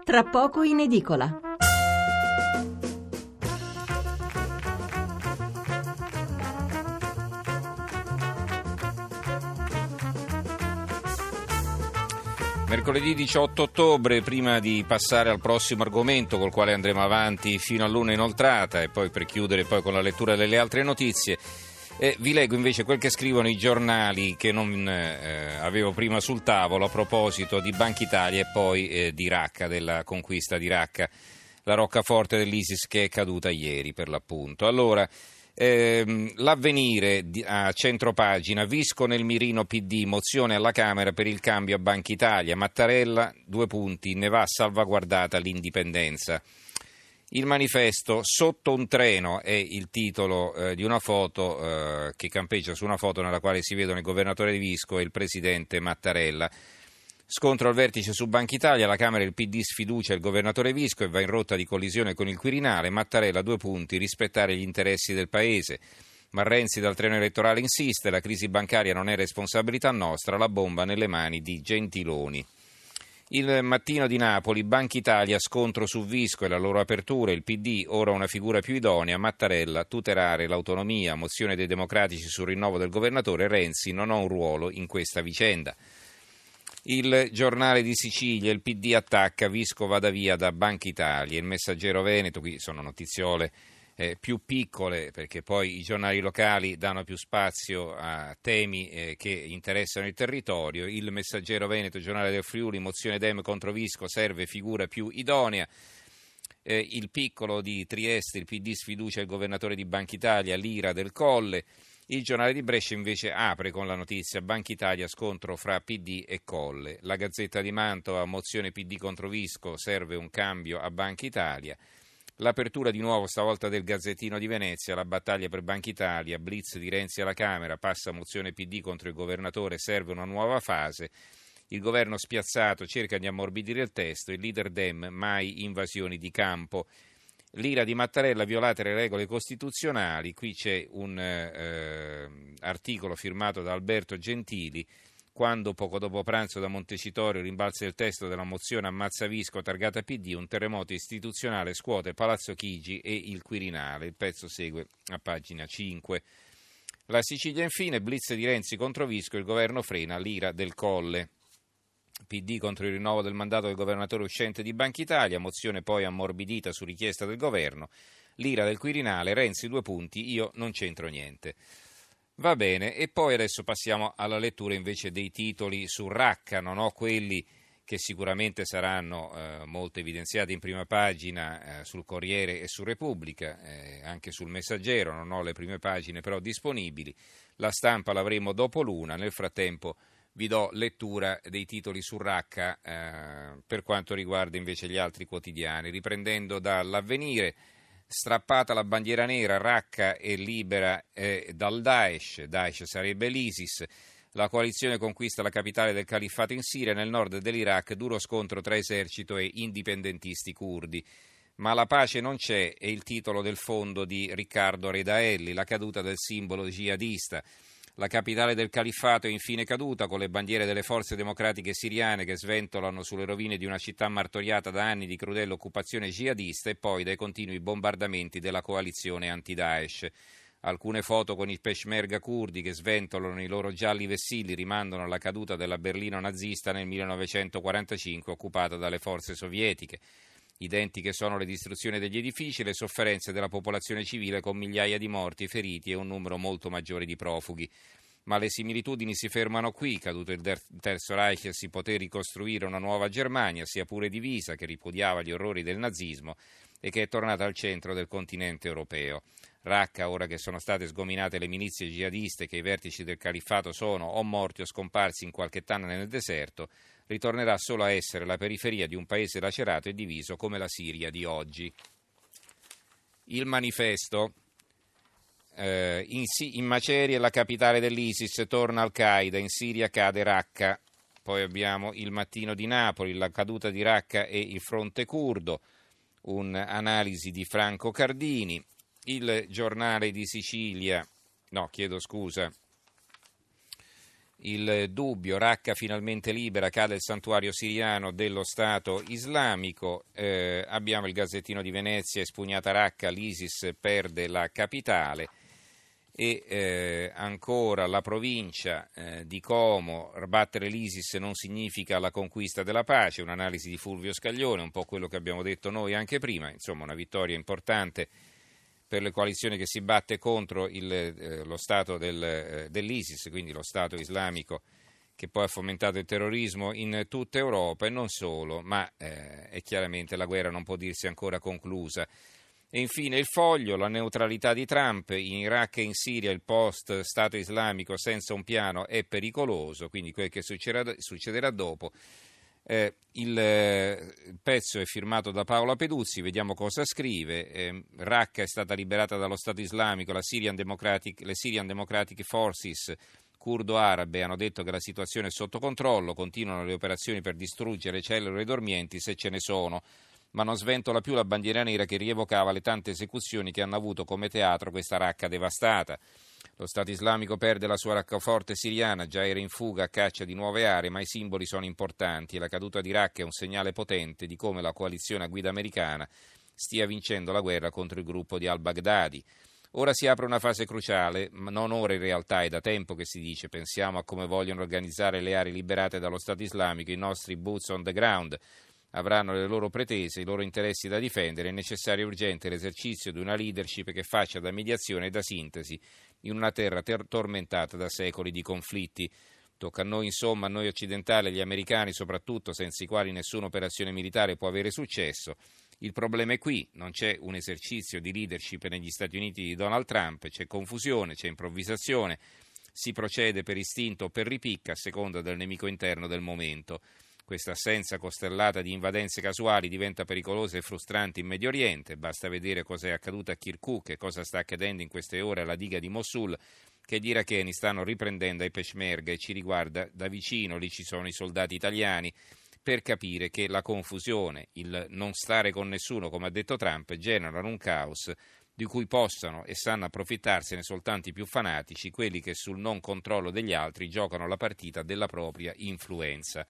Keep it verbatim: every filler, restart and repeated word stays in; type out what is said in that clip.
tra poco in edicola. Mercoledì diciotto ottobre, prima di passare al prossimo argomento col quale andremo avanti fino all'una inoltrata e poi per chiudere poi con la lettura delle altre notizie, eh, vi leggo invece quel che scrivono i giornali che non eh, avevo prima sul tavolo a proposito di Banca Italia e poi eh, di Raqqa, della conquista di Raqqa, la roccaforte dell'ISIS che è caduta ieri per l'appunto. Allora, Ehm, l'Avvenire a centropagina, Visco nel mirino P D, mozione alla Camera per il cambio a Banca Italia, Mattarella, due punti, ne va salvaguardata l'indipendenza. Il Manifesto, sotto un treno è il titolo eh, di una foto eh, che campeggia su una foto nella quale si vedono il governatore di Visco e il presidente Mattarella. Scontro al vertice su Banca Italia, la Camera e il P D sfiducia il governatore Visco e va in rotta di collisione con il Quirinale. Mattarella, due punti, rispettare gli interessi del Paese. Ma Renzi dal treno elettorale insiste, la crisi bancaria non è responsabilità nostra, la bomba nelle mani di Gentiloni. Il Mattino di Napoli, Banca Italia, scontro su Visco e la loro apertura, il P D ora una figura più idonea, Mattarella, tutelare l'autonomia, mozione dei democratici sul rinnovo del governatore, Renzi non ha un ruolo in questa vicenda. Il Giornale di Sicilia, il P D attacca, Visco vada via da Banca Italia, il Messaggero Veneto, qui sono notiziole eh, più piccole perché poi i giornali locali danno più spazio a temi eh, che interessano il territorio, il Messaggero Veneto, Giornale del Friuli, mozione Dem contro Visco, serve figura più idonea. Eh, il Piccolo di Trieste, il P D sfiducia il governatore di Banca Italia, l'ira del Colle. Il Giornale di Brescia invece apre con la notizia Banca Italia, scontro fra P D e Colle. La Gazzetta di Mantova, mozione P D contro Visco, serve un cambio a Banca Italia. L'apertura di nuovo stavolta del Gazzettino di Venezia, la battaglia per Banca Italia, blitz di Renzi alla Camera, passa mozione P D contro il governatore, serve una nuova fase. Il governo spiazzato cerca di ammorbidire il testo, il leader Dem, mai invasioni di campo. L'ira di Mattarella, violate le regole costituzionali, qui c'è un eh, articolo firmato da Alberto Gentili, quando poco dopo pranzo da Montecitorio rimbalza il testo della mozione ammazza Visco targata P D, un terremoto istituzionale scuote Palazzo Chigi e il Quirinale, il pezzo segue a pagina cinque. La Sicilia infine, blitz di Renzi contro Visco, il governo frena l'ira del Colle. P D contro il rinnovo del mandato del governatore uscente di Banca Italia, mozione poi ammorbidita su richiesta del governo, l'ira del Quirinale, Renzi due punti, io non c'entro niente. Va bene, e poi adesso passiamo alla lettura invece dei titoli su Raqqa, non ho quelli che sicuramente saranno eh, molto evidenziati in prima pagina eh, sul Corriere e su Repubblica, eh, anche sul Messaggero, non ho le prime pagine però disponibili, la Stampa l'avremo dopo l'una, nel frattempo vi do lettura dei titoli su Raqqa eh, per quanto riguarda invece gli altri quotidiani. Riprendendo dall'Avvenire, strappata la bandiera nera, Raqqa è libera eh, dal Daesh, Daesh sarebbe l'ISIS, la coalizione conquista la capitale del califfato in Siria, nel nord dell'Iraq, duro scontro tra esercito e indipendentisti curdi. Ma la pace non c'è è il titolo del fondo di Riccardo Redaelli, la caduta del simbolo jihadista. La capitale del califfato è infine caduta con le bandiere delle forze democratiche siriane che sventolano sulle rovine di una città martoriata da anni di crudele occupazione jihadista e poi dai continui bombardamenti della coalizione anti-Daesh. Alcune foto con i peshmerga curdi che sventolano i loro gialli vessilli rimandano alla caduta della Berlino nazista nel millenovecentoquarantacinque occupata dalle forze sovietiche. Identiche sono le distruzioni degli edifici e le sofferenze della popolazione civile con migliaia di morti, feriti e un numero molto maggiore di profughi. Ma le similitudini si fermano qui, caduto il Terzo Reich si poté ricostruire una nuova Germania, sia pure divisa, che ripudiava gli orrori del nazismo e che è tornata al centro del continente europeo. Raqqa, ora che sono state sgominate le milizie jihadiste che i vertici del califfato sono o morti o scomparsi in qualche tana nel deserto, ritornerà solo a essere la periferia di un paese lacerato e diviso come la Siria di oggi. Il Manifesto, eh, in, in macerie la capitale dell'ISIS, torna Al-Qaeda, in Siria cade Raqqa. Poi abbiamo Il Mattino di Napoli, la caduta di Raqqa e il fronte curdo, un'analisi di Franco Cardini. Il Giornale di Sicilia, no chiedo scusa, il dubbio, Raqqa finalmente libera, cade il santuario siriano dello Stato islamico, eh, abbiamo il Gazzettino di Venezia, espugnata Raqqa, l'ISIS perde la capitale. E eh, ancora la provincia eh, di Como, battere l'ISIS non significa la conquista della pace, un'analisi di Fulvio Scaglione, un po' quello che abbiamo detto noi anche prima, insomma una vittoria importante per le coalizioni che si batte contro il, eh, lo Stato del, eh, dell'ISIS, quindi lo Stato islamico che poi ha fomentato il terrorismo in tutta Europa e non solo, ma eh, è chiaramente la guerra non può dirsi ancora conclusa. E infine il Foglio, la neutralità di Trump, in Iraq e in Siria il post-Stato islamico senza un piano è pericoloso, quindi quel che succederà, succederà dopo. Eh, il, eh, il pezzo è firmato da Paola Peduzzi, vediamo cosa scrive. Eh, Raqqa è stata liberata dallo Stato islamico, la Syrian Democratic, le Syrian Democratic Forces curdo-arabe hanno detto che la situazione è sotto controllo, continuano le operazioni per distruggere cellule dormienti se ce ne sono, ma non sventola più la bandiera nera che rievocava le tante esecuzioni che hanno avuto come teatro questa Raqqa devastata. Lo Stato islamico perde la sua raccaforte siriana, già era in fuga a caccia di nuove aree, ma i simboli sono importanti e la caduta di Raqqa è un segnale potente di come la coalizione a guida americana stia vincendo la guerra contro il gruppo di al-Baghdadi. Ora si apre una fase cruciale, ma non ora in realtà, è da tempo che si dice, pensiamo a come vogliono organizzare le aree liberate dallo Stato islamico i nostri boots on the ground. Avranno le loro pretese, i loro interessi da difendere, è necessario e urgente l'esercizio di una leadership che faccia da mediazione e da sintesi in una terra ter- tormentata da secoli di conflitti. Tocca a noi, insomma, a noi occidentali, agli americani soprattutto, senza i quali nessuna operazione militare può avere successo. Il problema è qui, non c'è un esercizio di leadership negli Stati Uniti di Donald Trump, c'è confusione, c'è improvvisazione, si procede per istinto o per ripicca a seconda del nemico interno del momento. Questa assenza costellata di invadenze casuali diventa pericolosa e frustrante in Medio Oriente, basta vedere cosa è accaduto a Kirkuk e cosa sta accadendo in queste ore alla diga di Mosul, che gli iracheni stanno riprendendo ai Peshmerga e ci riguarda da vicino, lì ci sono i soldati italiani, per capire che la confusione, il non stare con nessuno, come ha detto Trump, generano un caos di cui possano e sanno approfittarsene soltanto i più fanatici, quelli che sul non controllo degli altri giocano la partita della propria influenza.